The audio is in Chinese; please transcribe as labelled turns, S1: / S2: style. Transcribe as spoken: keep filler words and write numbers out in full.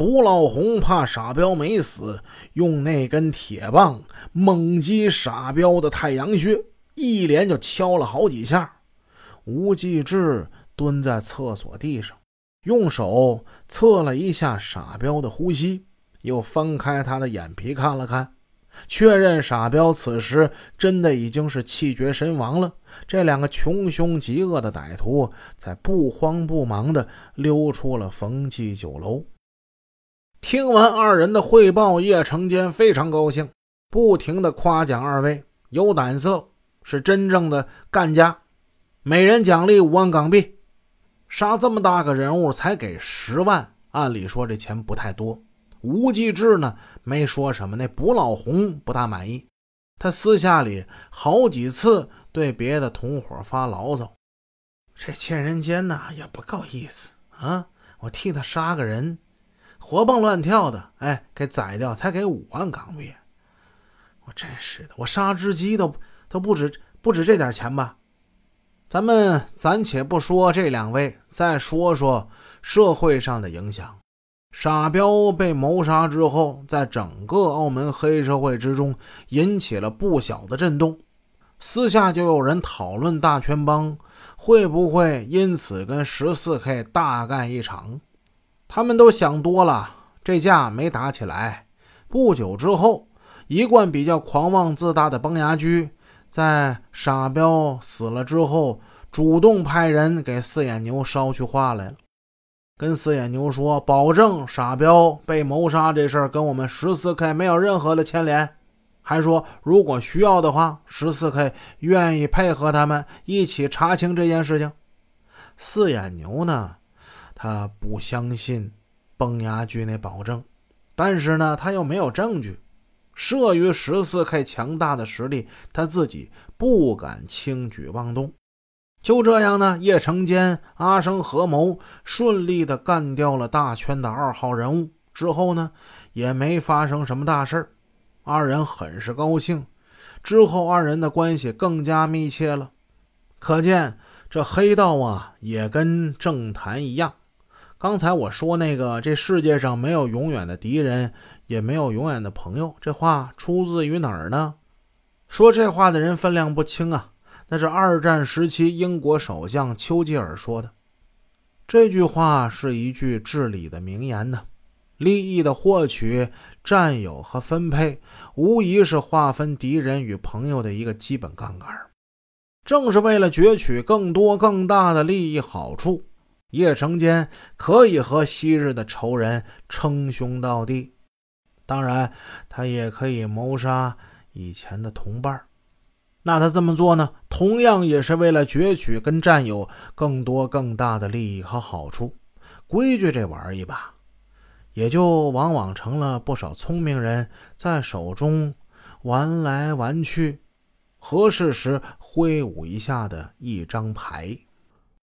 S1: 卜老红怕傻彪没死，用那根铁棒猛击傻彪的太阳穴，一连就敲了好几下。吴继志蹲在厕所地上，用手测了一下傻彪的呼吸，又翻开他的眼皮看了看，确认傻彪此时真的已经是气绝身亡了。这两个穷凶极恶的歹徒才不慌不忙地溜出了冯记酒楼。听完二人的汇报，叶成坚非常高兴，不停地夸奖二位有胆色，是真正的干家，每人奖励五万港币。杀这么大个人物才给十万，按理说这钱不太多。吴继志呢没说什么，那卜老红不大满意，他私下里好几次对别的同伙发牢骚，这欠人奸呐也不够意思啊！我替他杀个人，活蹦乱跳的，哎，给宰掉才给五万港币，我真是的，我杀只鸡都都不止不止这点钱吧？咱们暂且不说这两位，再说说社会上的影响。傻彪被谋杀之后，在整个澳门黑社会之中引起了不小的震动，私下就有人讨论大圈帮会不会因此跟 十四K 大干一场。他们都想多了，这架没打起来。不久之后，一贯比较狂妄自大的崩牙驹在傻彪死了之后，主动派人给四眼牛捎去话来了，跟四眼牛说，保证傻彪被谋杀这事儿跟我们 十四K 没有任何的牵连，还说如果需要的话 十四K 愿意配合他们一起查清这件事情。四眼牛呢，他不相信崩牙驹那保证，但是呢他又没有证据，慑于 十四K 强大的实力，他自己不敢轻举妄动。就这样呢，叶成坚、阿生合谋，顺利的干掉了大圈的二号人物。之后呢，也没发生什么大事，二人很是高兴。之后二人的关系更加密切了。可见这黑道啊，也跟政坛一样。刚才我说那个，这世界上没有永远的敌人，也没有永远的朋友，这话出自于哪儿呢？说这话的人分量不轻啊。那是二战时期英国首相丘吉尔说的。这句话是一句至理的名言呢。利益的获取、占有和分配，无疑是划分敌人与朋友的一个基本杠杆。正是为了攫取更多更大的利益好处，叶成坚可以和昔日的仇人称兄道弟，当然他也可以谋杀以前的同伴。那他这么做呢，同样也是为了攫取跟占有更多更大的利益和好处。规矩这玩意吧，也就往往成了不少聪明人在手中玩来玩去，合适时挥舞一下的一张牌。